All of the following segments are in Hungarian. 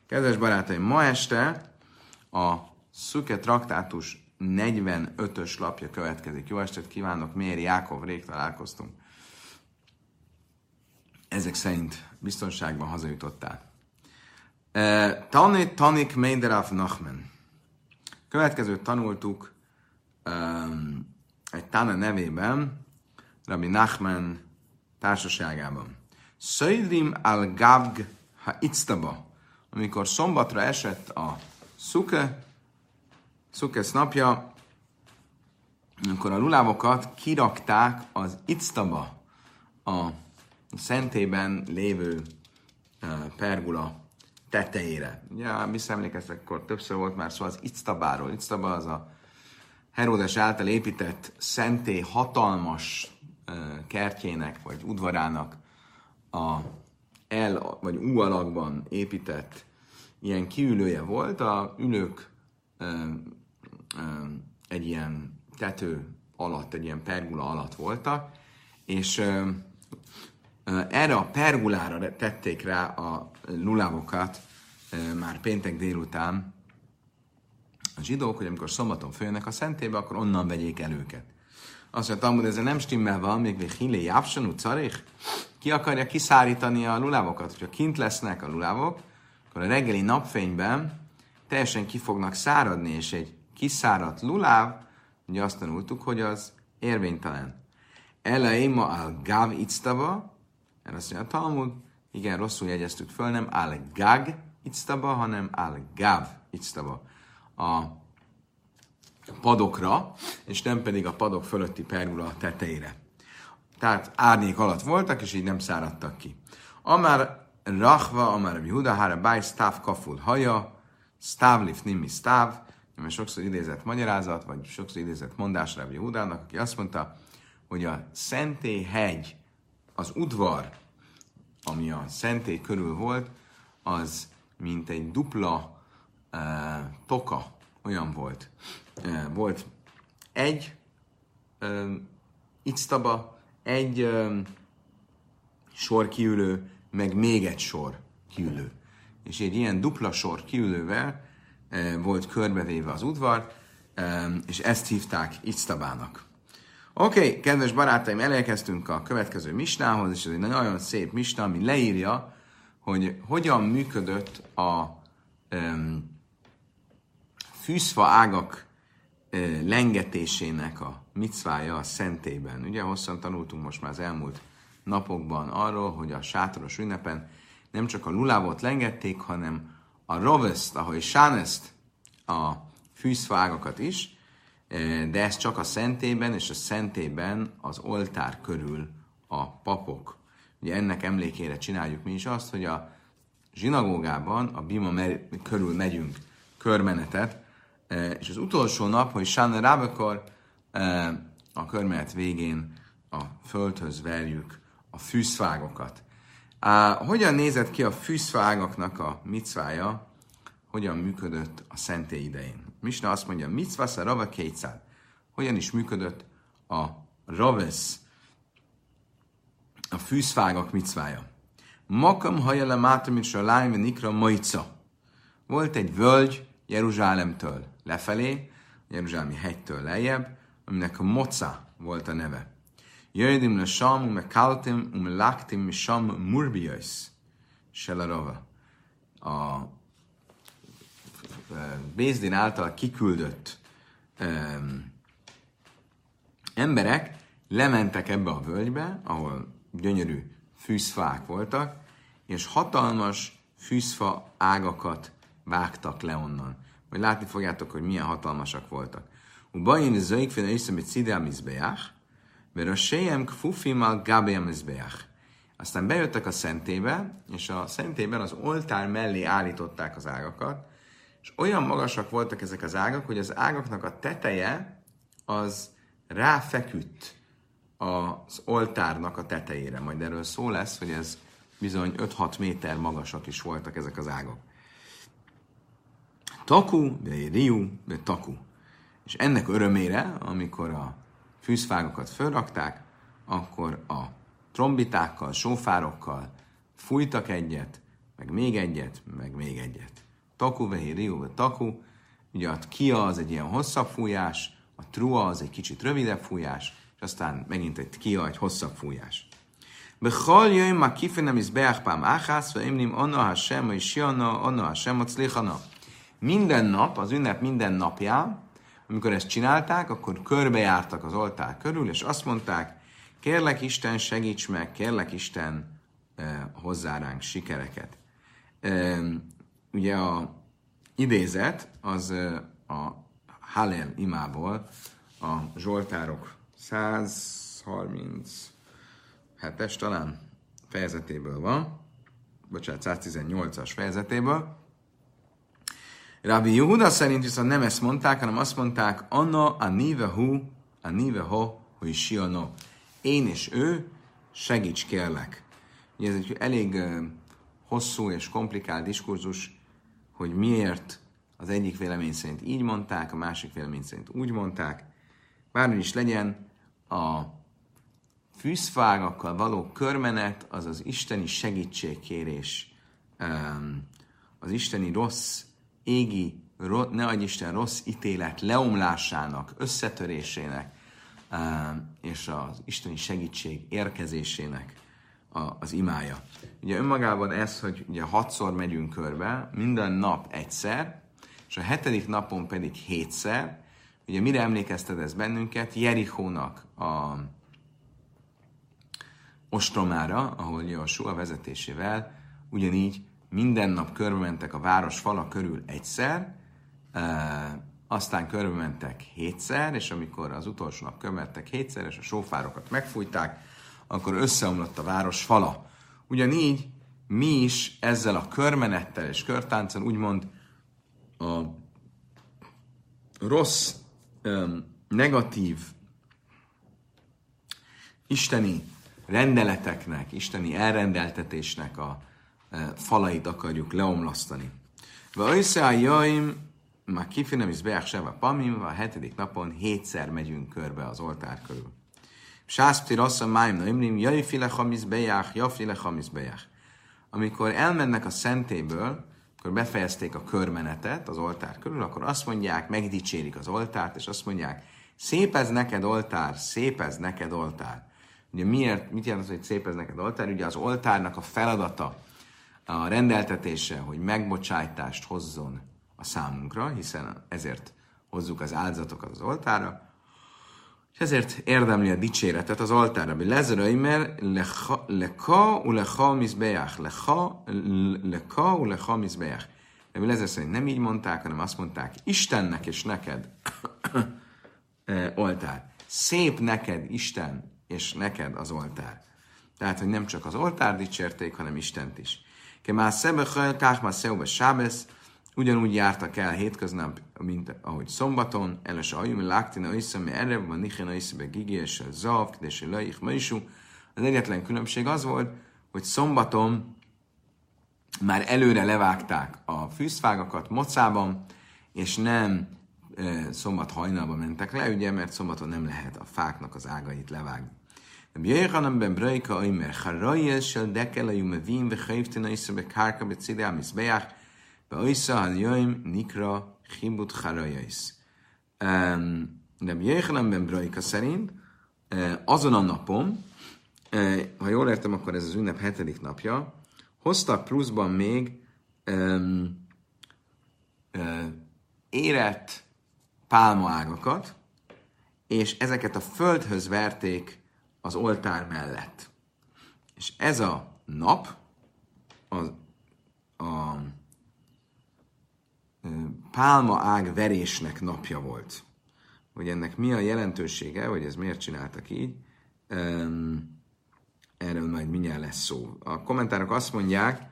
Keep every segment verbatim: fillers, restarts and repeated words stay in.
Kedves barátaim, ma este a Szüke Traktátus negyvenötös lapja következik. Jó estét kívánok, Méri Jákov, rég találkoztunk. Ezek szerint biztonságban hazajutottál. Tanit Tanik Meiderav Nachman. Következőt tanultuk um, egy Tana nevében, Rabbi Nachman társaságában. Szöjlim al-Gavg ha-Ictaba. Amikor szombatra esett a Szuke, Szukesz napja, amikor a lulávokat kirakták az Ictaba, a szentében lévő uh, pergula tetejére. Ugye, visszaemlékeztek, akkor többször volt már szó az Ictabáról. Ictaba az a Heródes által épített szentély hatalmas uh, kertjének, vagy udvarának a L vagy U alakban épített ilyen kiülője volt. A ülők ö, ö, egy ilyen tető alatt, egy ilyen pergula alatt voltak, és ö, ö, erre a pergulára tették rá a lulávokat ö, már péntek délután a zsidók, hogy amikor szombaton följönnek a szentélybe, akkor onnan vegyék el őket. Azt mondta, hogy ezzel nem stimmel van, még még hilé jápsanú carich. Ki akarja kiszárítani a lulávokat? Hogyha kint lesznek a lulávok, akkor a reggeli napfényben teljesen ki fognak száradni, és egy kiszáradt luláv, ugye azt tanultuk, hogy az érvénytelen. Eleima al gav ictaba, erre azt mondja a Talmud, igen, rosszul jegyeztük föl, nem al gag ictaba, hanem al gav ictaba. A padokra, és nem pedig a padok fölötti pergula tetejére. Tehát árnyék alatt voltak, és így nem száradtak ki. Amár Rachva, amár Yehuda, hára báj, sztáv kaful haja, sztáv lif nimi sztáv, mert sokszor idézett magyarázat, vagy sokszor idézett mondás Rabbi Yehudának, aki azt mondta, hogy a szentélyhegy, az udvar, ami a szentély körül volt, az mint egy dupla uh, toka, olyan volt. Uh, volt egy uh, ictaba, egy uh, sor kiülő, meg még egy sor kiülő. És egy ilyen dupla sor kiülővel uh, volt körbevéve az udvar, uh, és ezt hívták ictabának. Oké, okay, kedves barátaim, elérkeztünk a következő misnához, és ez egy nagyon szép misna, ami leírja, hogy hogyan működött a um, fűzfa ágak uh, lengetésének a micvája a szentélyben. Ugye hosszan tanultunk most már az elmúlt napokban arról, hogy a sátoros ünnepen nem csak a lulávot lengették, hanem a roveszt, ahogy sáneszt, a fűzfa ágakat is, de ez csak a szentélyben, és a szentélyben az oltár körül a papok. Ugye ennek emlékére csináljuk mi is azt, hogy a zsinagógában a bima mer- körül megyünk körmenetet, és az utolsó nap, hogy Sána Rábekor a körmenet végén a földhöz verjük a fűzfágokat. Hogyan nézett ki a fűzfágaknak a micvája, hogyan működött a szentély idején? Misna azt mondja, micvász a rava kétszád. Hogyan is működött a ravesz, a fűzfágak micvája? Makam hajele mátam és a lájme nikra majca. Volt egy völgy Jeruzsálemtől lefelé, Jeruzsálemi hegytől lejjebb, aminek a Moca volt a neve. Jöjdim le sam, ume kaltim, ume laktim, sam murbiais, se la rava. A Bézdin által kiküldött um, emberek lementek ebbe a völgybe, ahol gyönyörű fűzfák voltak, és hatalmas fűzfa ágakat vágtak le onnan. Majd látni fogjátok, hogy milyen hatalmasak voltak. Ubajin zöjkféne iszemét szidea mizbeach, mert a sejem kfufimmal gabea mizbeach. Aztán bejöttek a szentélybe, és a szentélyben az oltár mellé állították az ágakat, és olyan magasak voltak ezek az ágak, hogy az ágaknak a teteje az ráfeküdt az oltárnak a tetejére. Majd erről szó lesz, hogy ez bizony öt-hat méter magasak is voltak ezek az ágak. Taku, de riu, de taku. És ennek örömére, amikor a fűzfágokat fölrakták, akkor a trombitákkal, sófárokkal fújtak egyet, meg még egyet, meg még egyet. Taku, vehi, riu, taku. Ugye a kia az egy ilyen hosszabb fújás, a trua az egy kicsit rövidebb fújás, és aztán megint egy kia, egy hosszabb fújás. Bechal jöjjön ma kifenem is beachpám áhász, vagy imnim anna hasem, vagy sianna, anna hasem, ott szlichana. Minden nap, az ünnep minden napján, amikor ezt csinálták, akkor körbejártak az oltár körül, és azt mondták, kérlek Isten, segíts meg, kérlek Isten, eh, hozzá ránk sikereket. Eh, ugye a idézet az eh, a Hallel imából, a Zsoltárok százharminchetes talán fejezetéből van, bocsánat, száztizennyolcas fejezetéből. Rabbi Yehuda szerint viszont nem ezt mondták, hanem azt mondták, Anna a nive hu, a nive ho, hogy siano. Én és ő, segíts kérlek. Ugye ez egy elég uh, hosszú és komplikált diskurzus, hogy miért az egyik vélemény szerint így mondták, a másik vélemény szerint úgy mondták. Bárhogy is legyen, a fűzfágakkal való körmenet, az az isteni segítségkérés, um, az isteni rossz égi, ne adj Isten, rossz ítélet leomlásának, összetörésének, és az isteni segítség érkezésének az imája. Ugye önmagában ez, hogy ugye hatszor megyünk körbe, minden nap egyszer, és a hetedik napon pedig hétszer, ugye mire emlékeztet ez bennünket? Jerichónak a ostromára, ahol Jósua vezetésével ugyanígy minden nap körbementek a város fala körül egyszer, e, aztán körbementek hétszer, és amikor az utolsó nap körbementek hétszer, és a sófárokat megfújták, akkor összeomlott a város fala. Ugyanígy mi is ezzel a körmenettel és körtánccal úgymond a rossz, negatív isteni rendeleteknek, isteni elrendeltetésnek a falait akarjuk leomlasztani. Va össze a jaim, már kifinem is beák seva pamim, a hetedik napon hétszer megyünk körbe az oltár körül. Sászpti rasszam máim na imrim, jaj file hamiz beják, ja file hamiz beják. Amikor elmennek a szentélyből, akkor befejezték a körmenetet az oltár körül, akkor azt mondják, megdicsérik az oltárt, és azt mondják, szép ez neked oltár, szép ez neked oltár. Ugye miért, mit jelent az, hogy szép ez neked oltár? Ugye az oltárnak a feladata, a rendeltetése, hogy megbocsájtást hozzon a számunkra, hiszen ezért hozzuk az áldozatokat az oltárra, és ezért érdemli a dicséretet az oltárra. Lezeröi, mert leka u lecha mizbeach, leka u lecha mizbeach. De Lezer szerint nem így mondták, hanem azt mondták, Istennek és neked oltár. Szép neked Isten és neked az oltár. Tehát, hogy nem csak az oltár dicsérték, hanem Istent is. Kemá szebechel, káhmá szeube sábesz, ugyanúgy jártak el hétköznap, mint ahogy szombaton, eles a hajum, láktina összemi erre, van nichen összebe gigi, és a zav, és a laich maisú. Az egyetlen különbség az volt, hogy szombaton már előre levágták a fűzfágakat mocában, és nem e, szombat hajnalban mentek le, ugye, mert szombaton nem lehet a fáknak az ágait levágni. Bjöjjhanem ben brajka, aimer harajel, sel dekel, a jume vím, ve hajvtina összebe kárka, be cidá, mizbeják, be oisza, ha jöjjm, nikra, hibut harajais. De bjöjjhanem ben brajka szerint, azon a napon, ha jól értem, akkor ez az ünnep hetedik napja, hoztak pluszban még um, uh, érett pálmaágakat, és ezeket a földhöz verték az oltár mellett. És ez a nap a, a pálmaág verésnek napja volt. Hogy ennek mi a jelentősége, hogy ez miért csináltak így, um, erről majd mindjárt lesz szó. A kommentárok azt mondják,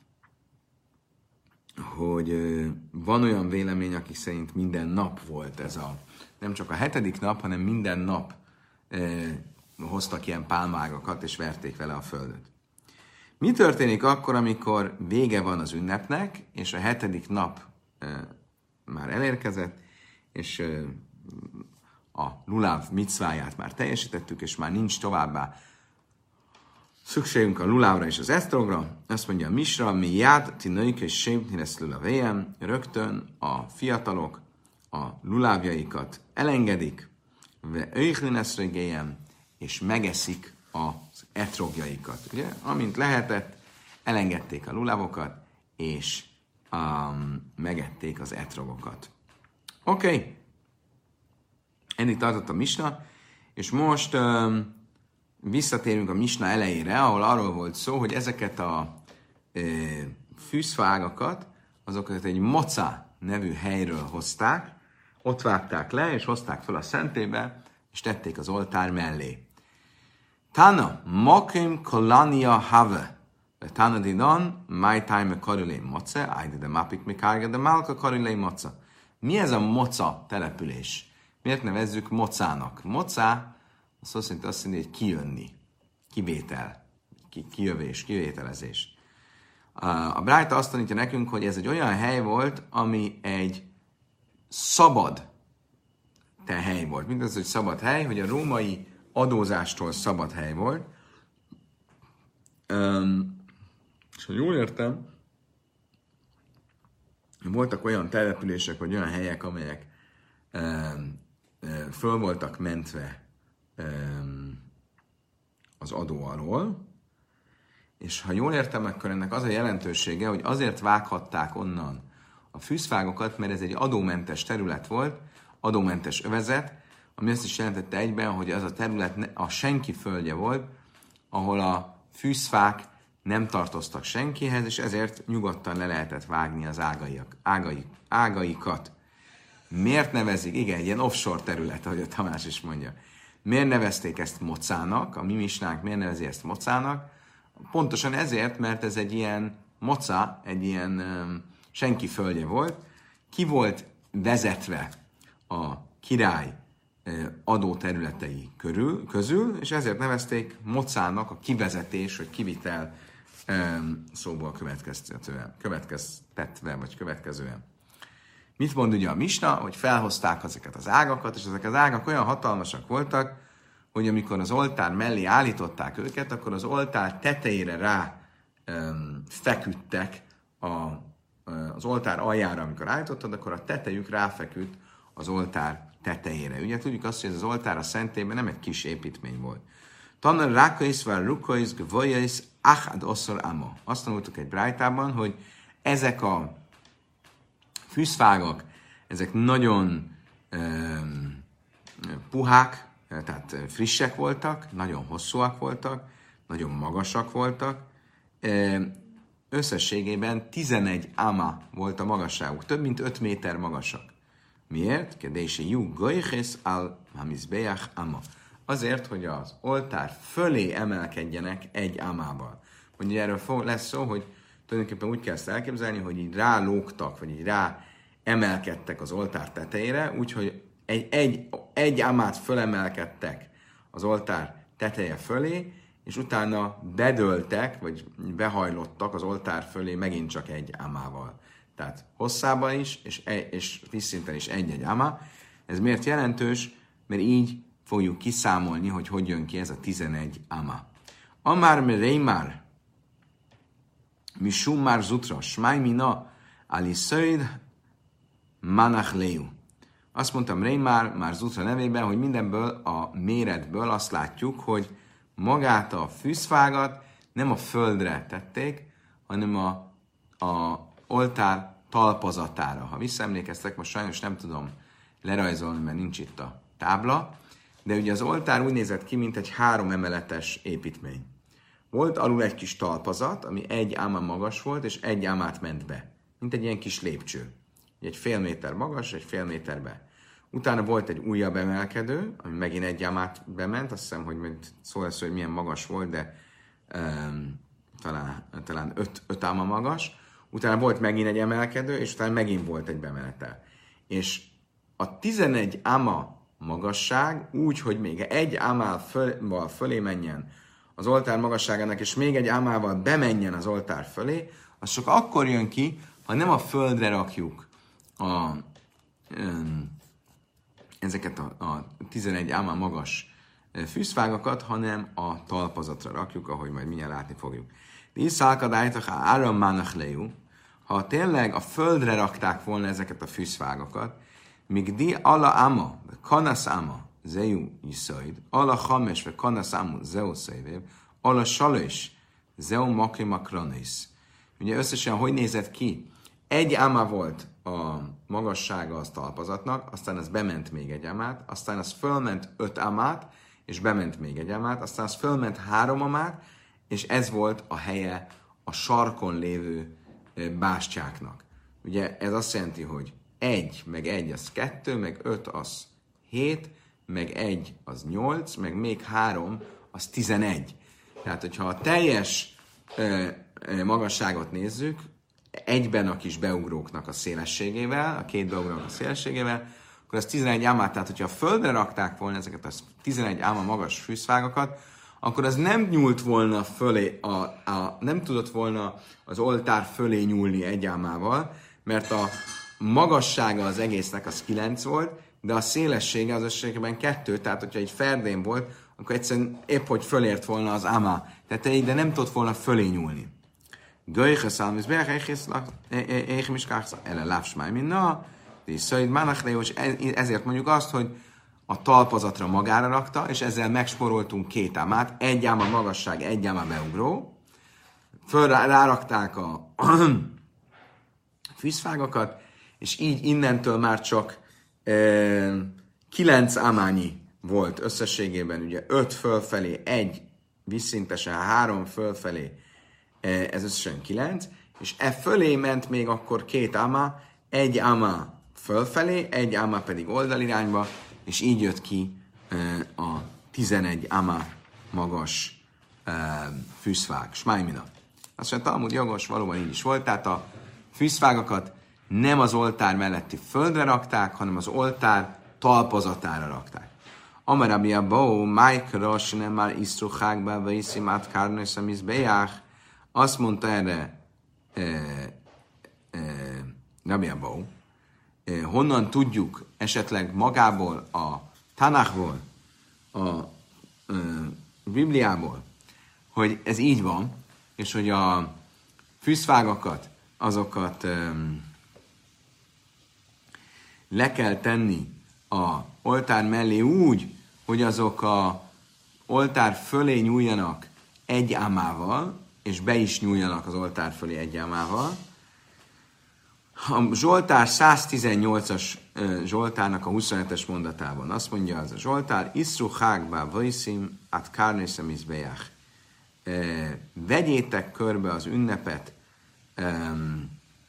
hogy van olyan vélemény, akik szerint minden nap volt ez a, nem csak a hetedik nap, hanem minden nap eh, hoztak ilyen pálmágakat, és verték vele a földet. Mi történik akkor, amikor vége van az ünnepnek, és a hetedik nap eh, már elérkezett, és eh, a luláv micváját már teljesítettük, és már nincs továbbá szükségünk a lulávra és az esztrogra. Azt mondja a Misra, mi jád, ti nőik és sémtni lesz lulavéjem. Rögtön a fiatalok a lulávjaikat elengedik, ve öjhlin eszregéjem, és megeszik az etrogjaikat. Ugye, amint lehetett, elengedték a lulávokat, és um, megették az etrogokat. Oké. Okay. Ennyit tartott a Misna, és most um, visszatérünk a Misna elejére, ahol arról volt szó, hogy ezeket a e, fűszfágakat, azokat egy moca nevű helyről hozták, ott vágták le, és hozták fel a szentébe, és tették az oltár mellé. Tana, makim kolania have, Tana didan, my time karulé moce, ájde de mapik mikárga, de málka karulé moca. Mi ez a moca település? Miért nevezzük mocának? Mocá, az szó szerint azt mondja, hogy kijönni, kivétel, ki, kijövés, kivételezés. A Brájta azt tanítja nekünk, hogy ez egy olyan hely volt, ami egy szabad te hely volt. Mint az, hogy szabad hely, hogy a római adózástól szabad hely volt. Um, és ha jól értem, voltak olyan települések, vagy olyan helyek, amelyek um, um, föl voltak mentve um, az adó alól, és ha jól értem, akkor ennek az a jelentősége, hogy azért vághatták onnan a fűszfágokat, mert ez egy adómentes terület volt, adómentes övezet, ami azt is jelentette egyben, hogy az a terület a senki földje volt, ahol a fűszfák nem tartoztak senkihez, és ezért nyugodtan le lehetett vágni az ágaiak, ágai, ágaikat. Miért nevezik? Igen, egy ilyen offshore terület, ahogy a Tamás is mondja. Miért nevezték ezt mocának? A mi misnánk miért nevezi ezt mocának? Pontosan ezért, mert ez egy ilyen moca, egy ilyen um, senki földje volt. Ki volt vezetve a király uh, adóterületei körül, közül, és ezért nevezték mocának a kivezetés, vagy kivitel um, szóból következtetve, következtetve, vagy következően. Mit mond ugye a misna? Hogy felhozták ezeket az ágakat, és ezek az ágak olyan hatalmasak voltak, hogy amikor az oltár mellé állították őket, akkor az oltár tetejére rá um, feküdtek a, az oltár aljára, amikor állítottad, akkor a tetejük ráfeküdt az oltár tetejére. Ugye tudjuk azt, hogy ez az oltár a szentében nem egy kis építmény volt. Tanul rákaisz, vár rukaisz, gvajaisz, achad oszor amo. Azt tanultuk egy brájtában, hogy ezek a fűszfágak, ezek nagyon um, puhák, tehát frissek voltak, nagyon hosszúak voltak, nagyon magasak voltak. Összességében tizenegy áma volt a magasságuk, több mint öt méter magasak. Miért? Kedési jú gajhész al hamizbeach áma. Azért, hogy az oltár fölé emelkedjenek egy ámával. Mondja, erről lesz szó, hogy tulajdonképpen úgy kell ezt elképzelni, hogy így rálógtak, vagy így rá emelkedtek az oltár tetejére, úgyhogy egy, egy, egy ámát fölemelkedtek az oltár teteje fölé, és utána bedöltek, vagy behajlottak az oltár fölé megint csak egy ámával. Tehát hosszában is, és, és vízszinten is egy-egy áma. Ez miért jelentős? Mert így fogjuk kiszámolni, hogy hogy jön ki ez a tizenegy áma. Amár me reimár, mi summár zutra, smáj mina, ali szöjd, manach leu. Azt mondtam Reimár, már Zutra nevében, hogy mindenből a méretből azt látjuk, hogy magát a fűszfágat nem a földre tették, hanem a, a oltár talpazatára. Ha visszaemlékeztek, most sajnos nem tudom lerajzolni, mert nincs itt a tábla, de ugye az oltár úgy nézett ki, mint egy három emeletes építmény. Volt alul egy kis talpazat, ami egy áma magas volt, és egy ámát ment be. Mint egy ilyen kis lépcső. Egy fél méter magas, egy fél méterbe. Utána volt egy újabb emelkedő, ami megint egy ámát bement, azt hiszem, hogy szó lesz, hogy milyen magas volt, de um, talán, talán öt, öt áma magas. Utána volt megint egy emelkedő, és utána megint volt egy bemenetel. És a tizenegy áma magasság úgy, hogy még egy ámával föl, fölé menjen az oltár magasságának, és még egy ámával bemenjen az oltár fölé, az csak akkor jön ki, ha nem a földre rakjuk a, um, ezeket a, a tizenegy áma magas fűszfágakat, hanem a talpazatra rakjuk, ahogy majd mindjárt látni fogjuk. Iszálkadájtak áram mánachlejú, ha tényleg a földre rakták volna ezeket a fűszfágakat, míg di ala ama, kanasz ama, zejú iszaid, ala hames, ve kanasz amu, zeu szaivév, ala salés, zeu makima kranész. Ugye összesen hogy nézett ki? Egy áma volt a magassága az talpazatnak, aztán az bement még egy ámát, aztán az fölment öt ámát, és bement még egy ámát, aztán az fölment három ámát, és ez volt a helye a sarkon lévő bástyáknak. Ugye ez azt jelenti, hogy egy, meg egy az kettő, meg öt az hét, meg egy az nyolc, meg még három az tizenegy. Tehát, hogyha a teljes ö, ö, magasságot nézzük, egyben a kis beugróknak a szélességével, a két beugróknak a szélességével, akkor az tizenegy ámát, tehát hogyha a földre rakták volna ezeket a tizenegy áma magas fűszfágakat, akkor az nem nyúlt volna fölé, a, a, nem tudott volna az oltár fölé nyúlni egy ámával, mert a magassága az egésznek az kilenc volt, de a szélessége az összességében kettő, tehát hogyha egy ferdén volt, akkor egyszerűen épp hogy fölért volna az áma tetejéig, de nem tudott volna fölé nyúlni. Döjjhe szalmizbeach, éjjhe miskáksz, ele lávsmáj minna, és szöjt mánachleó, és ezért mondjuk azt, hogy a talpazatra magára rakta, és ezzel megsporoltunk két ámát, egy áma magasság, egy áma beugró, föl rárakták a fűszfágakat, és így innentől már csak e, kilenc ámányi volt összességében, ugye öt fölfelé, egy vízszintesen, három fölfelé, e, ez összesen kilenc, és e fölé ment még akkor két áma, egy áma fölfelé, egy áma pedig oldalirányba, és így jött ki e, a tizenegy áma magas e, fűszfág. Smájmina. Azt mondja, Talmud jogos, valóban így is volt, tehát a fűszfágakat nem az oltár melletti földre rakták, hanem az oltár talpazatára rakták. Amarabi abó, májkra, nem már isztruhákba, vagy iszimát kárnősz, amisz bejár. Azt mondta erre e, e, Rabbi Abó, e, honnan tudjuk esetleg magából, a Tanachból, a e, Bibliából, hogy ez így van, és hogy a fűszfágakat, azokat um, le kell tenni a oltár mellé úgy, hogy azok a oltár fölé nyúljanak egy ámával, és be is nyúljanak az oltár fölé egy ámával. A Zsoltár száztizennyolcas uh, Zsoltárnak a huszonhetes mondatában azt mondja az a Zsoltár, Iszru hágba vajszim át kárnészem izbejach. Vegyétek körbe az ünnepet um,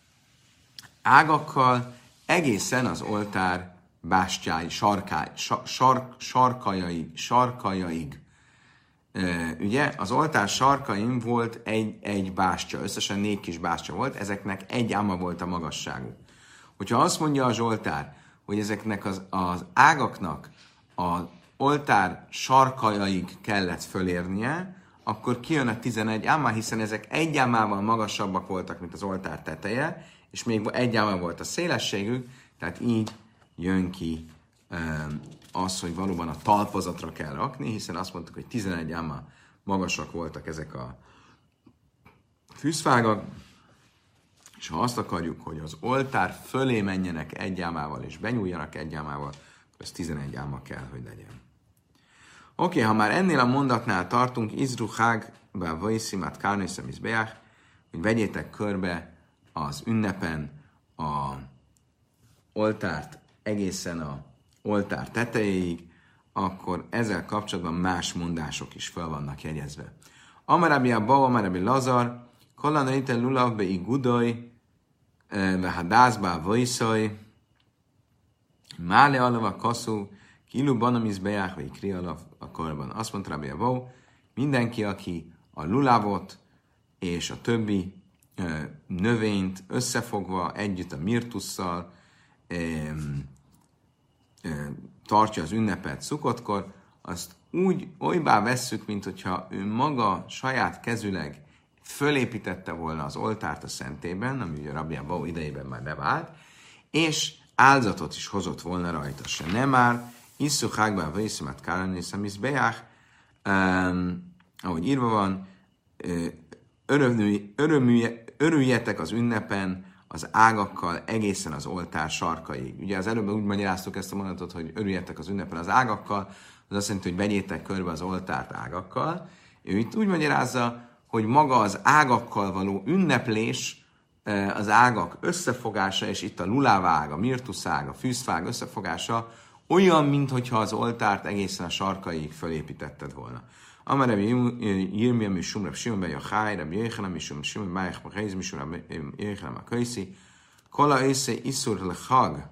ágakkal egészen az oltár bástyái, sarkály, sa, sark, sarkajai, sarkajaig. Uh, ugye, az oltár sarkain volt egy, egy bástya, összesen négy kis bástya volt, ezeknek egy áma volt a magasságuk. Hogyha azt mondja a Zsoltár, hogy ezeknek az, az ágaknak az oltár sarkajaig kellett fölérnie, akkor kijön a tizenegy áma, hiszen ezek egy ámával magasabbak voltak, mint az oltár teteje, és még egy áma volt a szélességük, tehát így jön ki um, az, hogy valóban a talpazatra kell rakni, hiszen azt mondtuk, hogy tizenegy áma magasak voltak ezek a fűszfágak, és ha azt akarjuk, hogy az oltár fölé menjenek egy ámával, és benyúljanak egy ámával, akkor ez tizenegy áma kell, hogy legyen. Oké, okay, ha már ennél a mondatnál tartunk, Izruhág, bá vajszimat kárnészem izbeach, hogy vegyétek körbe az ünnepen a oltárt egészen a oltár tetejéig, akkor ezzel kapcsolatban más mondások is fel vannak jegyezve. Amarabi Abba, Amarabi Lazar, Kolana iten lulav be igudoj, ve hadászbá vajszoj, mále alava kaszú, Kilu banamiz beják, vagy kri alav a korban. Azt mondta Rabbi Abba, mindenki, aki a lulavot és a többi ö, növényt összefogva együtt a mirtusszal ö, ö, tartja az ünnepet szukottkor, azt úgy olybá vesszük, mint hogyha ő maga saját kezüleg fölépítette volna az oltárt a szentében, ami ugye Rabbi Abba idejében már bevált, és áldozatot is hozott volna rajta. Se nem már, Isszú hágban vészemet káranészem is beják, ahogy írva van, örömülj, örömülj, örüljetek az ünnepen az ágakkal egészen az oltár sarkaig. Ugye az előbb úgy magyaráztuk ezt a mondatot, hogy örüljetek az ünnepen az ágakkal, az azt jelenti, hogy vegyétek körbe az oltárt ágakkal. Ő itt úgy magyarázza, hogy maga az ágakkal való ünneplés, az ágak összefogása, és itt a lulávág, a mirtuszág, a fűzfág összefogása olyan, mintha az oltárt egészen a sarkaig fölépítetted volna. Amara Yirmiyah mishum Rab Shimon ben Yochai, Rab Yochanan mishum Shimon Bayach Bacheiz mishum Rab Yochanan Akaisi, Kola Eise Isur Lechag,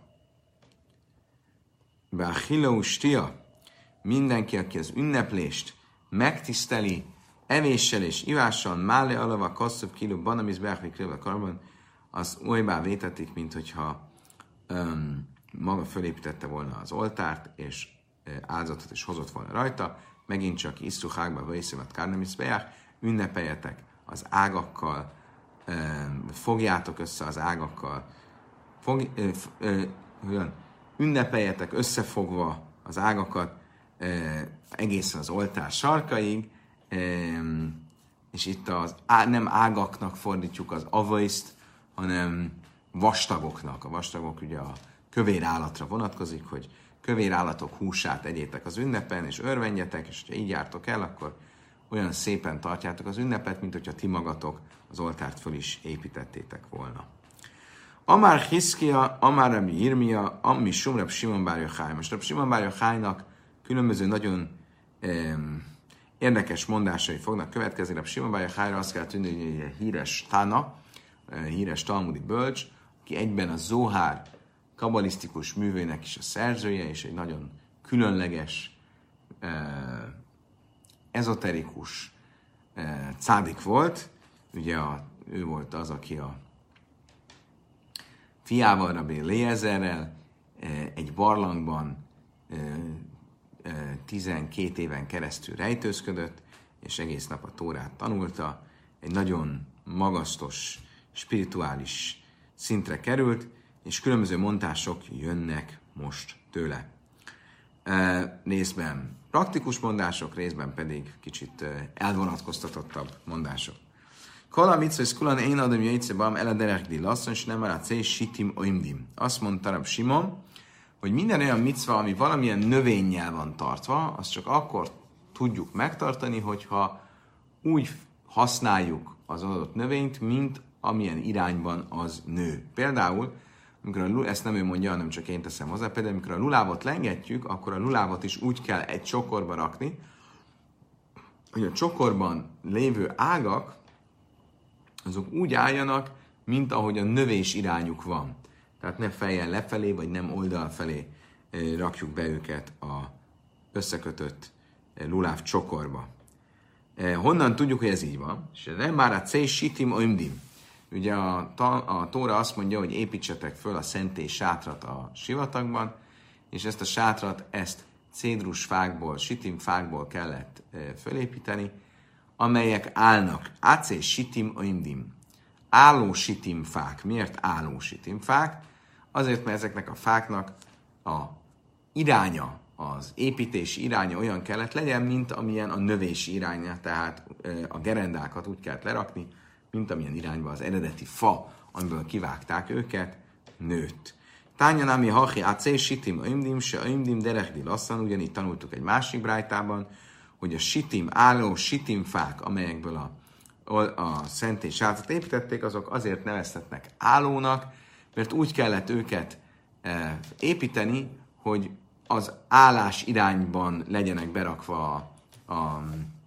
Beachila Ustia, mindenki, aki az ünneplést megtiszteli, evéssel és ivással, Mále Alava, Kasszub, Kilu, Banamiz, Beachli, Krivla, Karban, az olybá vétetik, mint hogyha um, maga fölépítette volna az oltárt, és uh, áldozatot is hozott volna rajta. Megint csak Isztuchákba, Vajszimat, Kárnemiszbeják, ünnepeljetek az ágakkal, um, fogjátok össze az ágakkal, fog, uh, uh, uh, ünnepeljetek összefogva az ágakat uh, egészen az oltár sarkaig, um, és itt az, á, nem ágaknak fordítjuk az avaiszt, hanem vastagoknak. A vastagok ugye a kövér állatra vonatkozik, hogy kövér állatok húsát egyétek az ünnepen, és örvendjetek, és ha így jártok el, akkor olyan szépen tartjátok az ünnepet, mint hogyha ti magatok az oltárt föl is építettétek volna. Amár Hiszkia, Amár Rabbi Yirmiyah, Ammi Sum Rab Shimon bar Yochai. Most Rab Shimon bar Yochainak különböző nagyon um, érdekes mondásai fognak következni. Rab Shimon bar Yochaira azt kell tűnni, hogy egy híres Tana, híres talmudi bölcs, aki egyben a Zohár kabalisztikus művének is a szerzője, és egy nagyon különleges, ezoterikus cádik volt. Ugye a, ő volt az, aki a fiával, Rabbi Lézerrel egy barlangban tizenkét éven keresztül rejtőzködött, és egész nap a Tórát tanulta. Egy nagyon magasztos, spirituális szintre került, és különböző mondások jönnek most tőle. E, részben praktikus mondások, részben pedig kicsit e, elvonatkoztatottabb mondások. Kala mitzvah kulan én adom jöjtszebam ele derekdi lasszon, és nem már a cél sitim oimdim. Azt mondta Rab Simon, hogy minden olyan micva, ami valamilyen növényjel van tartva, azt csak akkor tudjuk megtartani, hogyha úgy használjuk az adott növényt, mint amilyen irányban az nő. Például, amikor a, ezt nem ő mondja, hanem csak én teszem hozzá, például amikor a lulávot lengetjük, akkor a lulávot is úgy kell egy csokorba rakni, hogy a csokorban lévő ágak, azok úgy álljanak, mint ahogy a növés irányuk van. Tehát ne fejjel lefelé, vagy nem oldal felé rakjuk be őket a összekötött luláv csokorba. Honnan tudjuk, hogy ez így van? És nem már a cé sitim oimdim. Ugye a, a Tóra azt mondja, hogy építsetek föl a szentély sátrat a sivatagban, és ezt a sátrat, ezt cédrus fákból, sitim fákból kellett fölépíteni, amelyek állnak. Acé sitim oimdim. Álló sitim fák. Miért álló sitim fák? Azért, mert ezeknek a fáknak a iránya, az építési iránya olyan kellett legyen, mint amilyen a növési iránya, tehát a gerendákat úgy kellett lerakni, mint amilyen irányba az eredeti fa, amiből kivágták őket, nőtt. Tányanami hachi acé sitim oimdim, se oimdim derechdi lasszan, ugyanígy tanultuk egy másik brájtában, hogy a sitim, álló sitim fák, amelyekből a, a szentély sátrat építették, azok azért neveztetnek állónak, mert úgy kellett őket e, építeni, hogy az állás irányban legyenek berakva a, a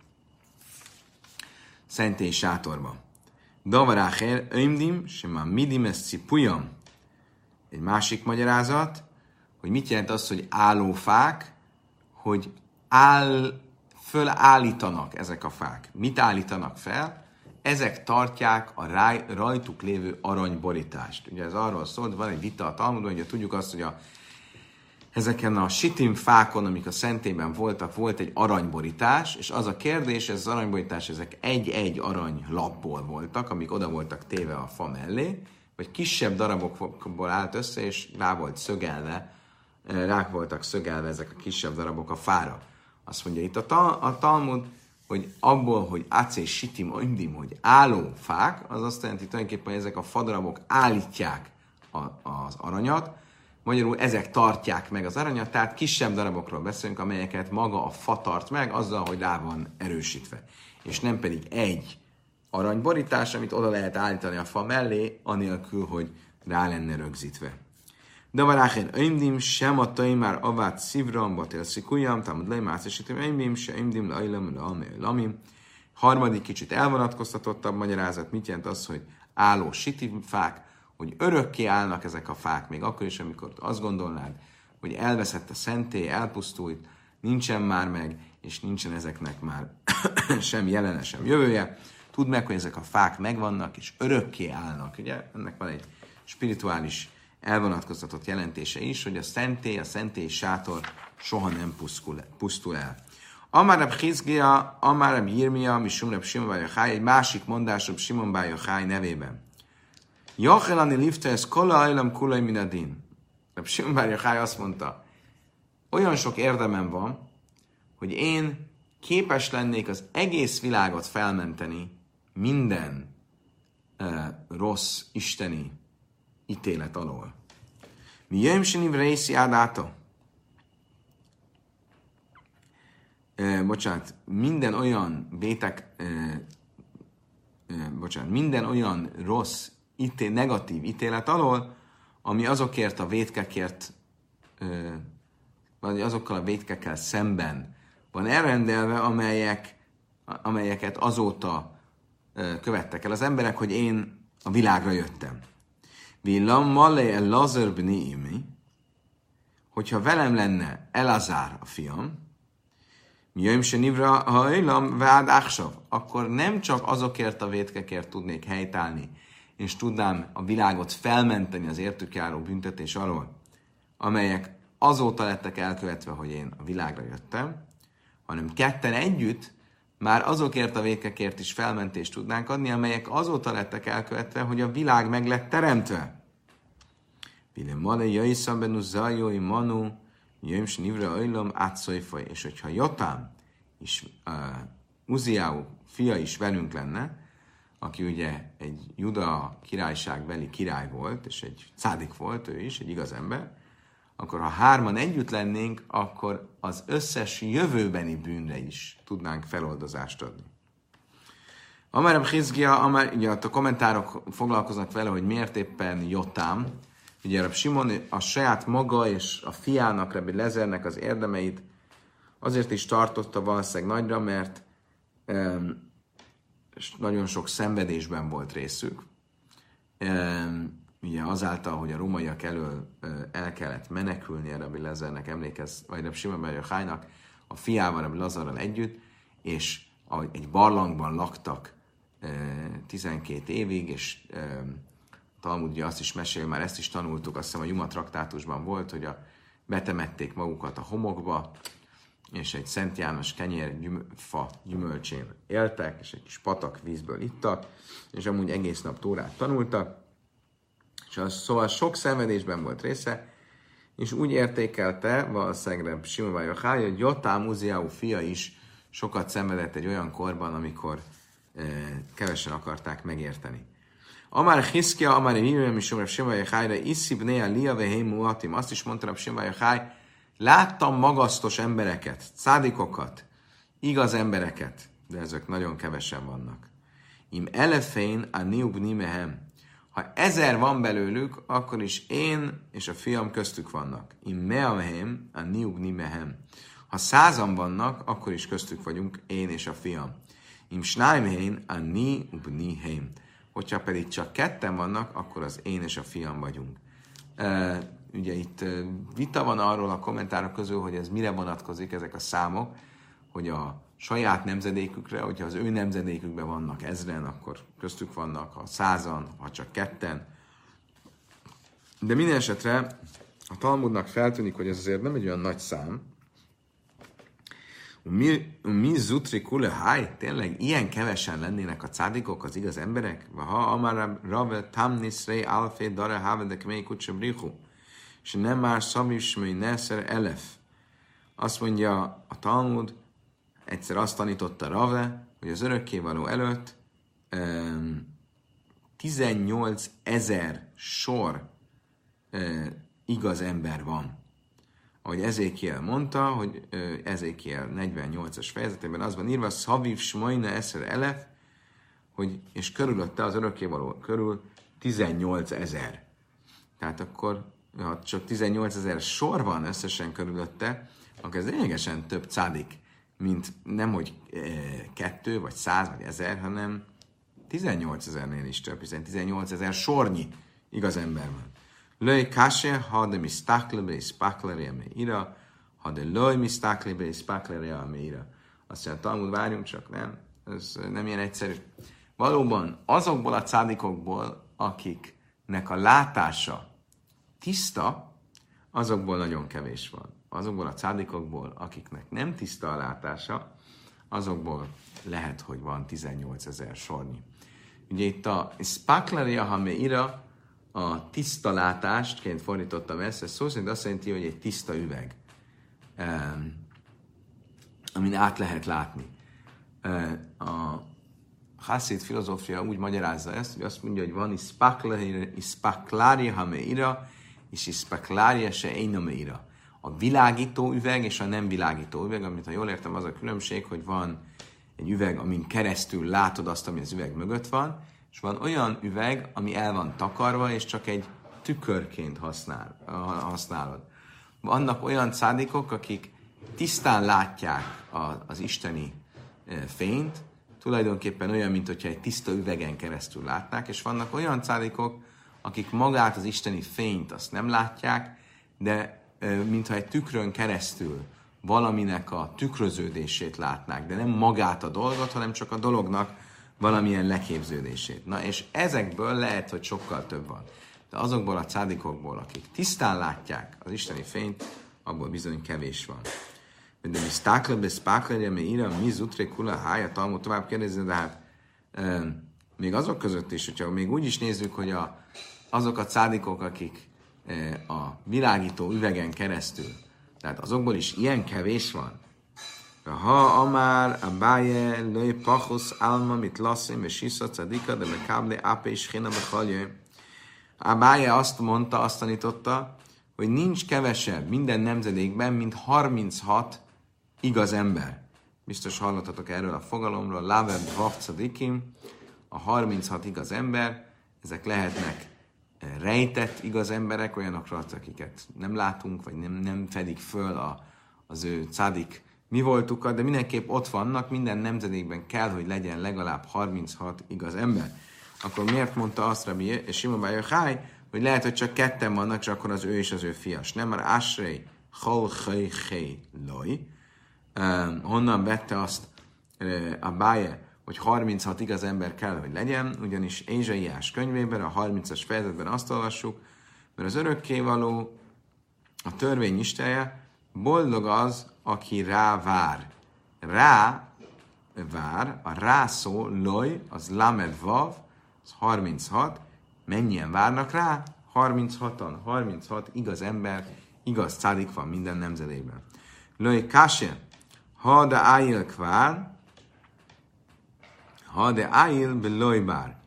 szentély sátorba. Davarácher öimdim, sema midim ez cipujam. Egy másik magyarázat, hogy mit jelent az, hogy állófák, hogy áll, fölállítanak ezek a fák. Mit állítanak fel? Ezek tartják a ráj, rajtuk lévő aranyborítást. Ugye ez arról szólt, van egy vita a Talmudban, hogy tudjuk azt, hogy a, ezeken a sitim fákon, amik a szentélyben voltak, volt egy aranyborítás, és az a kérdés, ez az aranyborítás, ezek egy-egy arany lapból voltak, amik oda voltak téve a fa mellé, vagy kisebb darabokból állt össze, és rá volt szögelve rák voltak szögelve ezek a kisebb darabok a fára. Azt mondja itt a, ta, a Talmud, hogy abból, hogy acé sitim oimdim, hogy álló fák, az azt jelenti tulajdonképpen, hogy ezek a fadarabok állítják a, az aranyat, magyarul ezek tartják meg az aranyat, tehát kisebb darabokról beszélünk, amelyeket maga a fa tart meg, azzal, hogy rá van erősítve. És nem pedig egy aranyborítás, amit oda lehet állítani a fa mellé, anélkül, hogy rá lenne rögzítve. De varáchen öimdim, sem a taimár avát szívram, batél szikujjam, támad lej, mászesítem öimdim, se öimdim, lajlam, lamé, lamim. Harmadik kicsit elvonatkoztatottabb magyarázat, mit jelent az, hogy álló sitifák, hogy örökké állnak ezek a fák, még akkor is, amikor azt gondolnád, hogy elveszett a szentély, elpusztult, nincsen már meg, és nincsen ezeknek már sem jelene, sem jövője. Tudd meg, hogy ezek a fák megvannak, és örökké állnak. Ugye ennek van egy spirituális elvonatkoztatott jelentése is, hogy a szentély, a szentély sátor soha nem pusztul, pusztul el. Amárab Hizgia, Amárab Jirmia, Misumrab Simon Bár Yochai, egy másik mondásra Simon Bár Yochai nevében. Jachelani lifte ez kola ajlam kulaj minadin. Rab Simon Bár Yochai azt mondta, olyan sok érdemem van, hogy én képes lennék az egész világot felmenteni minden uh, rossz isteni ítélet alól. Mi jöjjön sinim részi ádáta? Uh, bocsánat, minden olyan bétek, uh, uh, bocsánat, minden olyan rossz, ítél, negatív ítélet alól, ami azokért a vétkekért, uh, vagy azokkal a vétkekkel szemben van elrendelve, amelyek, amelyeket azóta uh, követtek el az emberek, hogy én a világra jöttem. Villam malé el Lazar bni imi, hogyha velem lenne Elazár a fiam, jöjjön se nivra hajlam vád áksav, akkor nem csak azokért a vétkekért tudnék helytállni, és tudnám a világot felmenteni az értük járó büntetés alól, amelyek azóta lettek elkövetve, hogy én a világra jöttem, hanem ketten együtt már azokért a vétkekért is felmentést tudnánk adni, amelyek azóta lettek elkövetve, hogy a világ meg lett teremtve. Vilem male jaisza benu zajói manu, jöjjön nivra ajlom átszojfaj. És hogyha Jotám és uh, Uziáú fia is velünk lenne, aki ugye egy Juda királyságbeli király volt, és egy cádik volt ő is, egy igaz ember, akkor ha hárman együtt lennénk, akkor az összes jövőbeni bűnre is tudnánk feloldozást adni. Amár Hizgia, amár, ugye a kommentárok foglalkoznak vele, hogy miért éppen Jotám. Ugye Rab Simon a saját maga és a fiának, Rabbi Lezernek az érdemeit azért is tartotta valószínűleg nagyra, mert um, nagyon sok szenvedésben volt részük. Um, ugye azáltal, hogy a rómaiak elől uh, el kellett menekülni a Rabbi Lezernek, emlékez, vagy Rab Simon Bar Yochainak a fiával, Rabbi Lazarral együtt, és a, egy barlangban laktak uh, tizenkét évig, és um, Talmud ugye azt is mesél, már ezt is tanultuk, azt hiszem a Juma traktátusban volt, hogy a, betemették magukat a homokba, és egy Szent János kenyér gyüm, fa gyümölcsén éltek, és egy kis patak vízből ittak, és amúgy egész nap Tórát tanultak, és az, szóval sok szenvedésben volt része, és úgy értékelte valószínűleg Simon Bar Yochai, hogy Jotám Uziáú fia is sokat szenvedett egy olyan korban, amikor eh, kevesen akarták megérteni. Amár Hizkia, amár Hírem is Rab Simon Bar Yochaira, iszib nea lia vehém muatim. Azt is mondta Rab Simon Bar Yochai, láttam magasztos embereket, szádikokat, igaz embereket, de ezek nagyon kevesen vannak. Im elefein a niubni mehem. Ha ezer van belőlük, akkor is én és a fiam köztük vannak. Im meahem a niubni mehem. Ha százan vannak, akkor is köztük vagyunk, én és a fiam. Im snáimhein a niubni heim. Hogyha pedig csak ketten vannak, akkor az én és a fiam vagyunk. Uh, ugye itt uh, vita van arról a kommentárok közül, hogy ez mire vonatkozik ezek a számok, hogy a saját nemzedékükre, hogyha az ő nemzedékükben vannak ezren, akkor köztük vannak, ha százan, ha csak ketten. De minden esetre a Talmudnak feltűnik, hogy ez azért nem egy olyan nagy szám. Mi, mi zutri kule háj? Tényleg ilyen kevesen lennének a cádikok, az igaz emberek? Ha amár rave tamnisrei alfé dare havendek mely kutse brichu. és nem már szavismai neszer elef. Azt mondja a Talmud, egyszer azt tanította Rave, hogy az örökkévaló előtt um, tizennyolc ezer sor uh, igaz ember van. Ahogy Ezékiel mondta, hogy uh, Ezékiel negyvennyolcas fejezetében az van írva, szaviv smajna eszer elef, hogy, és körülötte az örökkévaló körül tizennyolc ezer. Tehát akkor, ha csak tizennyolc ezer sor van összesen körülötte, akkor ez lényegesen több cádik, mint nem, hogy e, kettő, vagy száz, vagy ezer, hanem tizennyolc ezernél is több, hiszen tizennyolc ezer sornyi igaz ember van. Löj kase, ha de mi staklebre és spaklerje me ira, ha de löj mi staklebre és spaklerje me ira. Azt mondja, Talmud, várjunk csak, nem? Ez nem ilyen egyszerű. Valóban azokból a cádikokból, akiknek a látása tiszta, azokból nagyon kevés van. Azokból a cádikokból, akiknek nem tiszta a látása, azokból lehet, hogy van tizennyolc ezer sornyi. Ugye itt a spakleria hameira, a tiszta látástként fordítottam ezt, ez szó szerint azt jelenti, hogy egy tiszta üveg, amin át lehet látni. A Hasszid filozófia úgy magyarázza ezt, hogy azt mondja, hogy van ispaklária hameira, és ispaklária se einameira. A világító üveg és a nem világító üveg, amit ha jól értem, az a különbség, hogy van egy üveg, amin keresztül látod azt, ami az üveg mögött van, és van olyan üveg, ami el van takarva, és csak egy tükörként használ, használod. Vannak olyan cádikok, akik tisztán látják az isteni fényt, tulajdonképpen olyan, mint hogyha egy tiszta üvegen keresztül látnák, és vannak olyan cádikok, akik magát az isteni fényt azt nem látják, de mintha egy tükrön keresztül valaminek a tükröződését látnák, de nem magát a dolgot, hanem csak a dolognak valamilyen leképződését. Na, és ezekből lehet, hogy sokkal több van. De azokból a cádikokból, akik tisztán látják az isteni fényt, abból bizony kevés van. De mi stáklebe, spáklerje, mi ira, mi zutre, kula, hája, Talmud tovább kérdezni, de hát e, még azok között is, hogyha még úgy is nézzük, hogy a, azok a cádikok, akik e, a világító üvegen keresztül, tehát azokból is ilyen kevés van. Ha amár a báje, löj pachusz, álma, mit lasszim, és isza, cadika, de mekáble, ápe és hina, bechalje. A báje azt mondta, azt tanította, hogy nincs kevesebb minden nemzedékben, mint harminchat igaz ember. Biztos hallottatok erről a fogalomról, Laved Vavcadikim, a harminchat igaz ember, ezek lehetnek rejtett igaz emberek, olyanokra, akiket nem látunk, vagy nem, nem fedik föl a, az ő cádik mi voltukat, de mindenképp ott vannak, minden nemzedékben kell, hogy legyen legalább harminchat igaz ember. Akkor miért mondta azt Rabbi Simon bar Yochai, hogy lehet, hogy csak ketten vannak, csak akkor az ő és az ő fias. Nem már Asrei, Chol, Chai, Chai, Loj. Um, honnan vette azt uh, a báje, hogy harminchat igaz ember kell, hogy legyen, ugyanis Ézsaiás könyvében, a harmincas fejezetben azt olvassuk, mert az örökkévaló, a törvény isteje, boldog az, aki rá vár. Rá vár, a rá szó, loj, az lamed vav, az harminchat, mennyien várnak rá? harminchatan, harminchat igaz ember, igaz cádik van minden nemzedékben. Loj kase, ha de ájil kvár, ha de ájil be loj bár.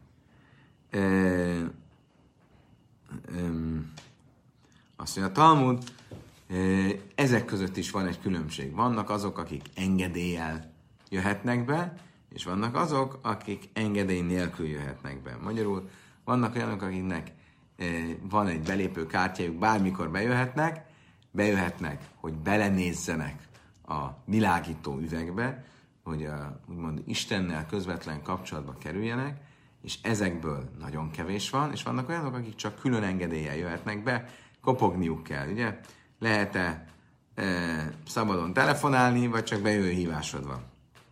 Azt mondja a Talmud, ezek között is van egy különbség. Vannak azok, akik engedéllyel jöhetnek be, és vannak azok, akik engedély nélkül jöhetnek be. Magyarul vannak olyanok, akiknek van egy belépő kártyájuk, bármikor bejöhetnek, bejöhetnek, hogy belenézzenek a világító üvegbe, hogy a, úgymond Istennel közvetlen kapcsolatba kerüljenek, és ezekből nagyon kevés van, és vannak olyanok, akik csak külön engedéllyel jöhetnek be, kopogniuk kell, ugye? Lehet-e e, szabadon telefonálni, vagy csak bejövő hívásod van.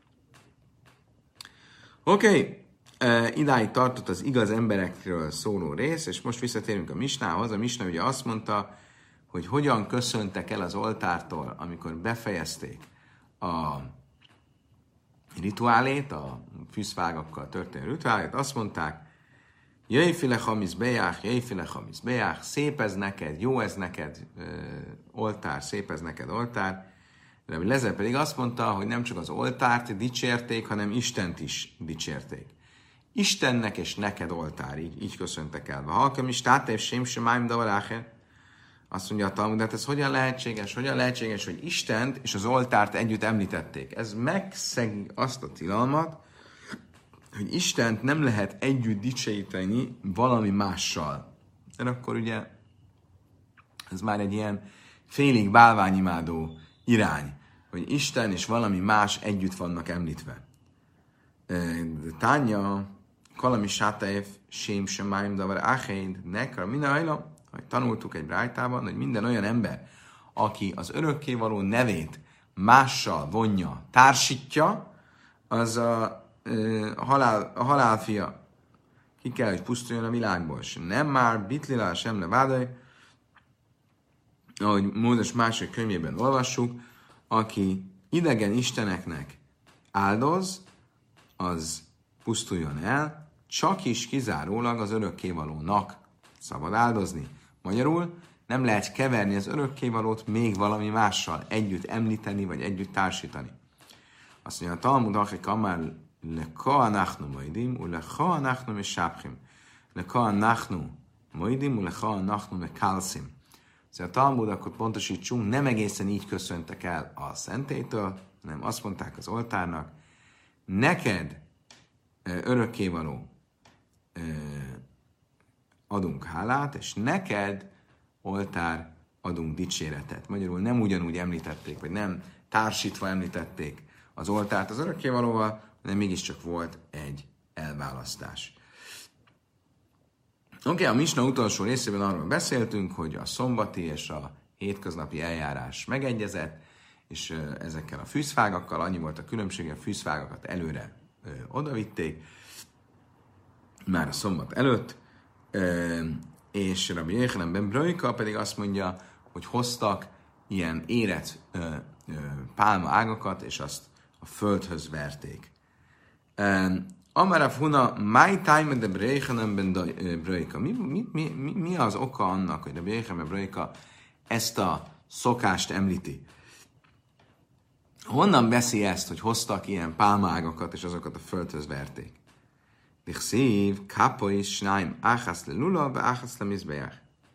Oké, okay. e, idáig tartott az igaz emberekről szóló rész, és most visszatérünk a Misnához. A Misna ugye azt mondta, hogy hogyan köszöntek el az oltártól, amikor befejezték a rituálét, a fűszfágakkal történő rituálét, azt mondták, Jöjfile hamisz bejár, jöjfile hamisz bejár, szép ez neked, jó ez neked, ö, oltár, szép ez neked, oltár. Rabbi Lezer pedig azt mondta, hogy nem csak az oltárt dicsérték, hanem Istent is dicsérték. Istennek és neked oltár, így, így köszöntek el. Halkam is, tátev sem sem máim davaráher. Azt mondja a Talmud, de hát ez hogyan lehetséges? Hogyan lehetséges, hogy Istent és az oltárt együtt említették? Ez megszegi azt a tilalmat, hogy Istent nem lehet együtt dicsőíteni valami mással. De akkor ugye ez már egy ilyen félig bálványimádó irány, hogy Isten és valami más együtt vannak említve. Tánya, kalami sátaev, sém sem máim davar áhéd, nekra minajla, hogy tanultuk egy brájtában, hogy minden olyan ember, aki az örökkévaló nevét mással vonja, társítja, az a, a, halál, a halálfia. Ki kell, hogy pusztuljon a világból. És nem már bitlilá sem levádaj, ahogy Mózes második könyvében olvassuk, aki idegen isteneknek áldoz, az pusztuljon el, csak is kizárólag az örökkévalónak szabad áldozni. Magyarul nem lehet keverni az örökkévalót még valami mással, együtt említeni, vagy együtt társítani. Azt mondja, a Talmud, aki kamár le ka nachnu moidim, u le ka nachnu me sápchim. Le ka nachnu moidim, u le ka nachnu me kalszim. Szóval a Talmud, akkor pontosítsunk, nem egészen így köszöntek el a szentélytől, hanem azt mondták az oltárnak, neked örökkévaló adunk hálát, és neked oltár adunk dicséretet. Magyarul nem ugyanúgy említették, vagy nem társítva említették az oltárt az örökkévalóval, hanem mégiscsak volt egy elválasztás. Oké, okay, a Misna utolsó részében arról beszéltünk, hogy a szombati és a hétköznapi eljárás megegyezett, és ezekkel a fűzfágakkal, annyi volt a különbség, a fűzfágakat előre ö, odavitték, már a szombat előtt, ö, és Rabbi Yochanan ben Brojka pedig azt mondja, hogy hoztak ilyen érett ö, ö, pálma ágakat, és azt a földhöz verték. Amarav huna, my time de Rabbi Yochanan ben Brojka. Mi, mi, mi, mi az oka annak, hogy Rabbi Yochanan ben Brojka ezt a szokást említi? Honnan veszi ezt, hogy hoztak ilyen pálmaágakat, és azokat a földhöz verték? Dichszív, kapo is, snáim, áhász le lula, be áhász le mizbeach.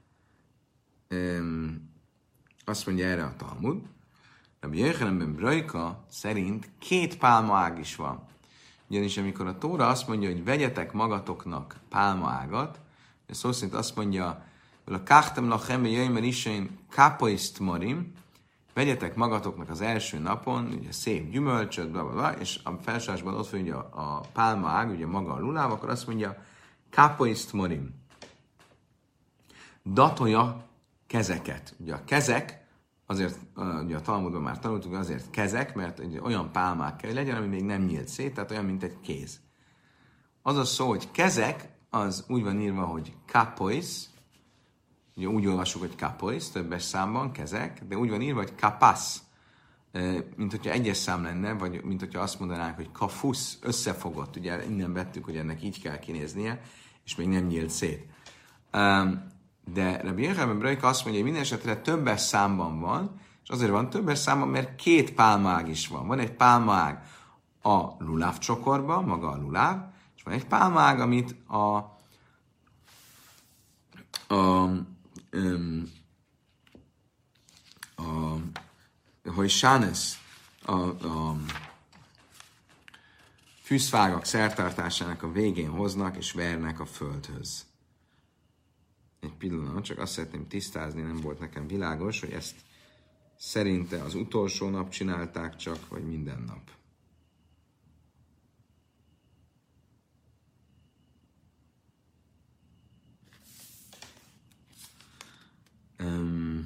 Azt mondja erre a Talmud. Rabbi Yochanan ben Brojka szerint két pálmaág is van. Ugyanis amikor a Tóra azt mondja, hogy vegyetek magatoknak pálmaágat, és szó szerint azt mondja, hogy a káhtem lachem jöjjmer isén kapoiszt morim, vegyetek magatoknak az első napon, ugye szép gyümölcsöt, bla, bla, bla, és a felsásban ott van ugye a, a pálmaág, ugye maga a luláv, akkor azt mondja, kapoiszt morim. Datolja kezeket. Ugye a kezek, azért, ugye a Talmudban már tanultuk, azért kezek, mert ugye olyan pálmák kell, hogy legyen, ami még nem nyílt szét, tehát olyan, mint egy kéz. Az a szó, hogy kezek, az úgy van írva, hogy kapois, ugye úgy olvassuk, hogy kapois, többes számban, kezek, de úgy van írva, hogy kapasz, mint hogyha egyes szám lenne, vagy mint hogyha azt mondanánk, hogy kafusz, összefogott. Ugye innen vettük, hogy ennek így kell kinéznie, és még nem nyílt szét. De Rabbi Yochanan ben Brojka azt mondja, hogy minden esetre többes számban van, és azért van többes számban, mert két pálmaág is van. Van egy pálmaág a luláv csokorban, maga a luláv, és van egy pálmaág, amit a, a, a, a hogy sánesz, a, a fűzfágak szertartásának a végén hoznak és vernek a földhöz. Egy pillanat, csak azt szeretném tisztázni, nem volt nekem világos, hogy ezt szerinte az utolsó nap csinálták csak, vagy minden nap. Um,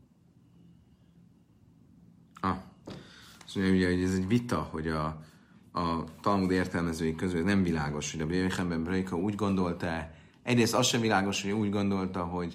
Ah, azt mondja, ugye, hogy ez egy vita, hogy a a Talmud értelmezői közül nem világos, hogy a Jöjjön ben Brejka úgy gondolta, egyrészt az sem világos, hogy úgy gondolta, hogy,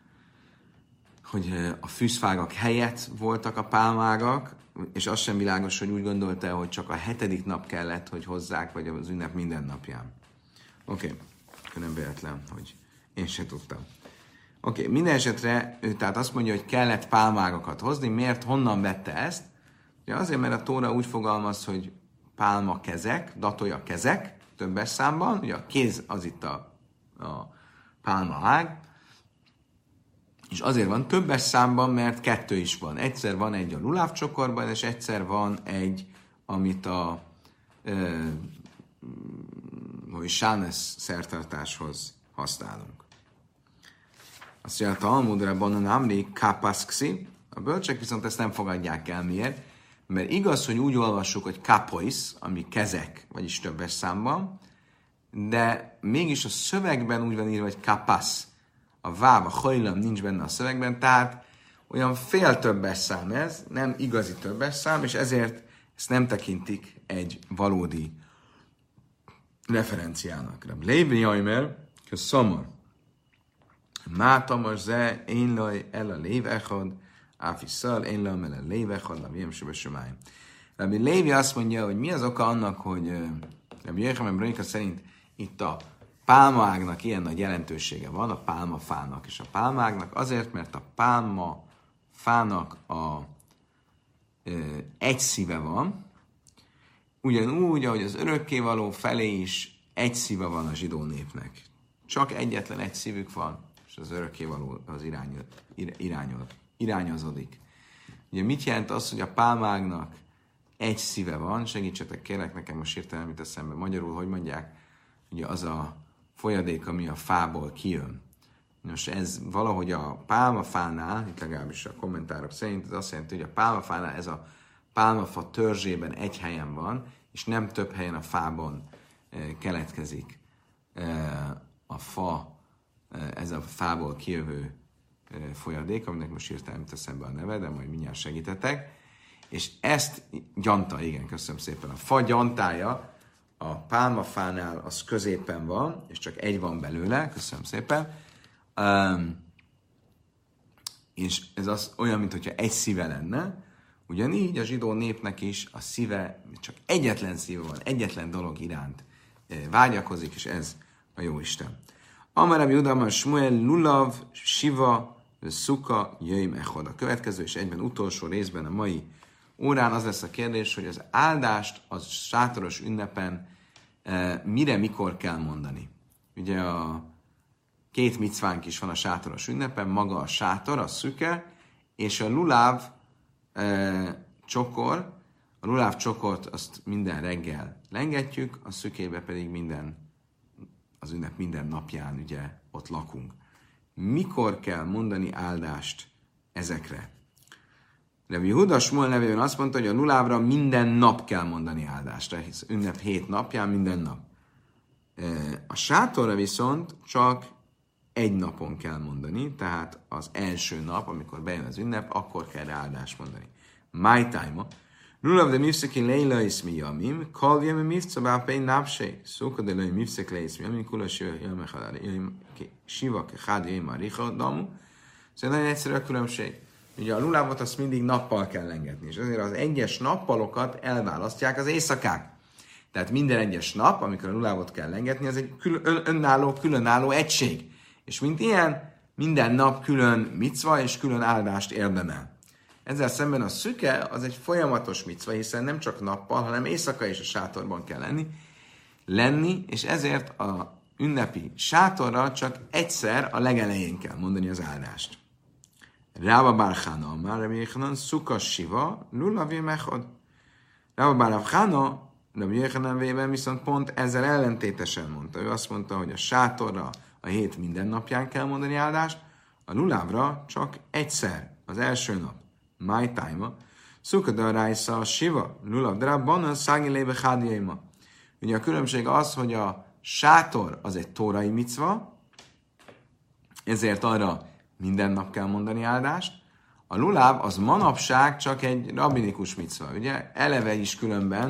hogy a fűzfágak helyett voltak a pálmágak, és az sem világos, hogy úgy gondolta, hogy csak a hetedik nap kellett, hogy hozzák, vagy az ünnep minden napján. Oké, okay. Nem véletlen, hogy én sem tudtam. Oké, okay. Minden esetre ő tehát azt mondja, hogy kellett pálmágakat hozni. Miért? Honnan vette ezt? Ugye azért, mert a Tóra úgy fogalmaz, hogy pálma kezek, datolja kezek, többes számban. Ugye a kéz az itt a, a pálma ág. És azért van többes számban, mert kettő is van. Egyszer van egy a luláv csokorban, és egyszer van egy, amit a ö, hogy Sánes szertartáshoz használunk. Azt mondja, a Talmudra banan amri kapaszksi, a bölcsek viszont ezt nem fogadják el. Miért? Mert igaz, hogy úgy olvassuk, hogy kapois, ami kezek, vagyis többes számban, de mégis a szövegben úgy van írva, hogy kapasz. A váv, a hajlam nincs benne a szövegben, tehát olyan fél többes szám ez, nem igazi többes szám, és ezért ezt nem tekintik egy valódi referenciának. Lévi Jajmer, köszönöm. Mátamar ze, én laj, el a lév echad, áfisszal, én laj, el a lév echad, a viem sebesömáim. Rabbi Lévi azt mondja, hogy mi az oka annak, hogy Rabbi Jöjjön Brejka szerint itt a pálmaágnak ilyen nagy jelentősége van, a pálmafának és a pálmágnak, azért, mert a pálma fának a e, egy szíve van, ugyanúgy, ahogy az örökkévaló felé is egy szíve van a zsidó népnek. Csak egyetlen egy szívük van, és az örökkévaló az irányol, irányol, irányozódik. Ugye mit jelent az, hogy a pálmágnak egy szíve van? Segítsetek kérlek nekem, most hirtelen mit eszembe magyarul, hogy mondják, ugye az a folyadék, ami a fából kijön. Nos, ez valahogy a pálmafánál, itt legalábbis a kommentárok szerint, ez azt jelenti, hogy a pálmafánál ez a pálmafa törzsében egy helyen van, és nem több helyen a fában e, keletkezik e, a fa, e, ez a fából kijövő e, folyadék, aminek most hirtelen teszem be a neve, de majd mindjárt segítetek. És ezt gyanta, igen, köszönöm szépen, a fa gyantája a pálmafánál az középen van, és csak egy van belőle, köszönöm szépen. Um, és ez az olyan, mintha egy szíve lenne, ugyanígy a zsidó népnek is a szíve, csak egyetlen szíve van, egyetlen dolog iránt vágyakozik, és ez a Jóisten. Amarab Judamar Shmuel Lulav Siva Szuka Jöjjm Echod. A következő és egyben utolsó részben a mai órán az lesz a kérdés, hogy az áldást az sátoros ünnepen e, mire, mikor kell mondani. Ugye a két micvánk is van a sátoros ünnepen, maga a sátor, a szüke, és a luláv e, csokor, a luláv csokort azt minden reggel lengetjük, a szükébe pedig minden, az ünnep minden napján ugye ott lakunk. Mikor kell mondani áldást ezekre? Rabbi Yehuda Shmuel nevében azt mondta, hogy a lulávra minden nap kell mondani áldást, hisz ünnep hét napján minden nap. A sátorra viszont csak egy napon kell mondani, tehát az első nap, amikor bejön az ünnep, akkor kell rá áldást mondani. My time. Lulav de mifszekin leila is mi jamim, kalvjem a mifca bápein napsé, szóka de lej mifszek le is mi jamim, kulas jöjjön siva kehád jöjjön már richadamu. Szóval nagyon egyszerű a különbség. Ugye a lulávot azt mindig nappal kell lengetni, és azért az egyes nappalokat elválasztják az éjszakák. Tehát minden egyes nap, amikor a lulávot kell lengetni, az egy kül- ön- önálló, különálló egység. És mint ilyen, minden nap külön micva és külön áldást érdemel. Ezzel szemben a szüke az egy folyamatos micva, hiszen nem csak nappal, hanem éjszaka is a sátorban kell lenni, lenni, és ezért a ünnepi sátorra csak egyszer a legelején kell mondani az áldást. Rába Bárhána, már Rabbi Yechanan, szukas siva, lulavé mechod. Rába Bárhána, Rabbi Yechanan vében viszont pont ezzel ellentétesen mondta. Ő azt mondta, hogy a sátorra a hét minden napján kell mondani áldást, a lulávra csak egyszer, az első nap. My time-a. Szukada rájsza a siva, lulav drabban, szági lébe hádjaima. Ugye a különbség az, hogy a sátor az egy tórai micva, ezért arra minden nap kell mondani áldást. A luláv az manapság csak egy rabinikus micva. Ugye eleve is különben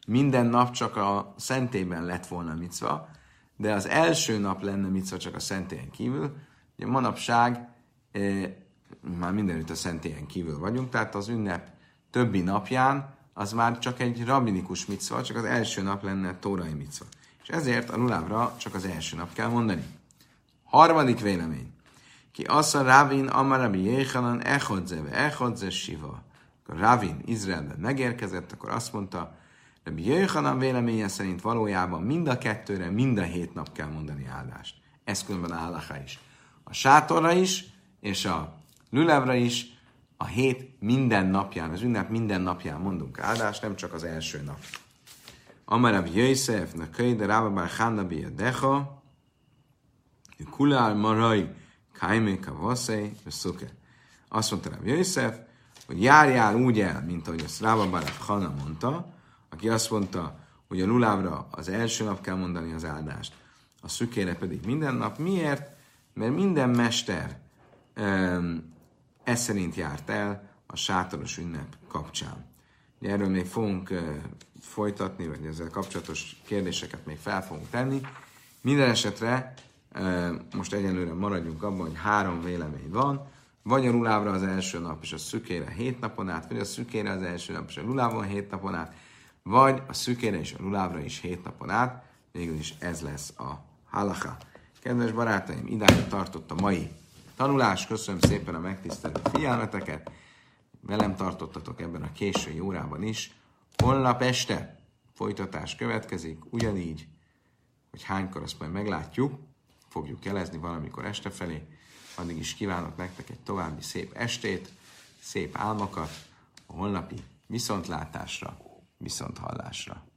minden nap csak a szentélyben lett volna micva, de az első nap lenne micva csak a szentélyen kívül. Ugye manapság e, már mindenütt a szentélyen kívül vagyunk, tehát az ünnep többi napján az már csak egy rabinikus micva, csak az első nap lenne tórai micva. És ezért a lulávra csak az első nap kell mondani. Harmadik vélemény. Ki assza Rávin amarabi Jéhanan echodze, echodze siva. Akkor Rávin Izraelben megérkezett, akkor azt mondta, Rabbi Jéhanan véleménye szerint valójában mind a kettőre, mind a hét nap kell mondani áldást. Ez különben a halacha is. A sátorra is, és a lulávra is, a hét minden napján, az ünnep minden napján mondunk áldást, nem csak az első nap. Amarabi Jöjszef, na könyde Rábabár Hánnabi a Deha, Kulár Marai, Kájmé Kavaszei, Szuke. Azt mondta Rabbi Jöjszef, hogy járjál úgy el, mint ahogy azt Rábabár Hanna mondta, aki azt mondta, hogy a lulávra az első nap kell mondani az áldást, a szükére pedig minden nap. Miért? Mert minden mester um, ez szerint járt el a sátoros ünnep kapcsán. Erről még fogunk uh, folytatni, vagy ezzel kapcsolatos kérdéseket még fel fogunk tenni. Minden esetre uh, most egyenlőre maradjunk abban, hogy három vélemény van, vagy a lulávra az első nap és a szükére hét napon át, vagy a szükére az első nap és a lulávon hét napon át, vagy a szükére és a lulávra is hét napon át, végül is ez lesz a halacha. Kedves barátaim, idáig tartott a mai tanulás. Köszönöm szépen a megtisztelő figyelmeteket. Velem tartottatok ebben a késői órában is. Holnap este folytatás következik, ugyanígy, hogy hánykor azt majd meglátjuk, fogjuk jelezni valamikor este felé. Addig is kívánok nektek egy további szép estét, szép álmokat, a holnapi viszontlátásra, viszonthallásra.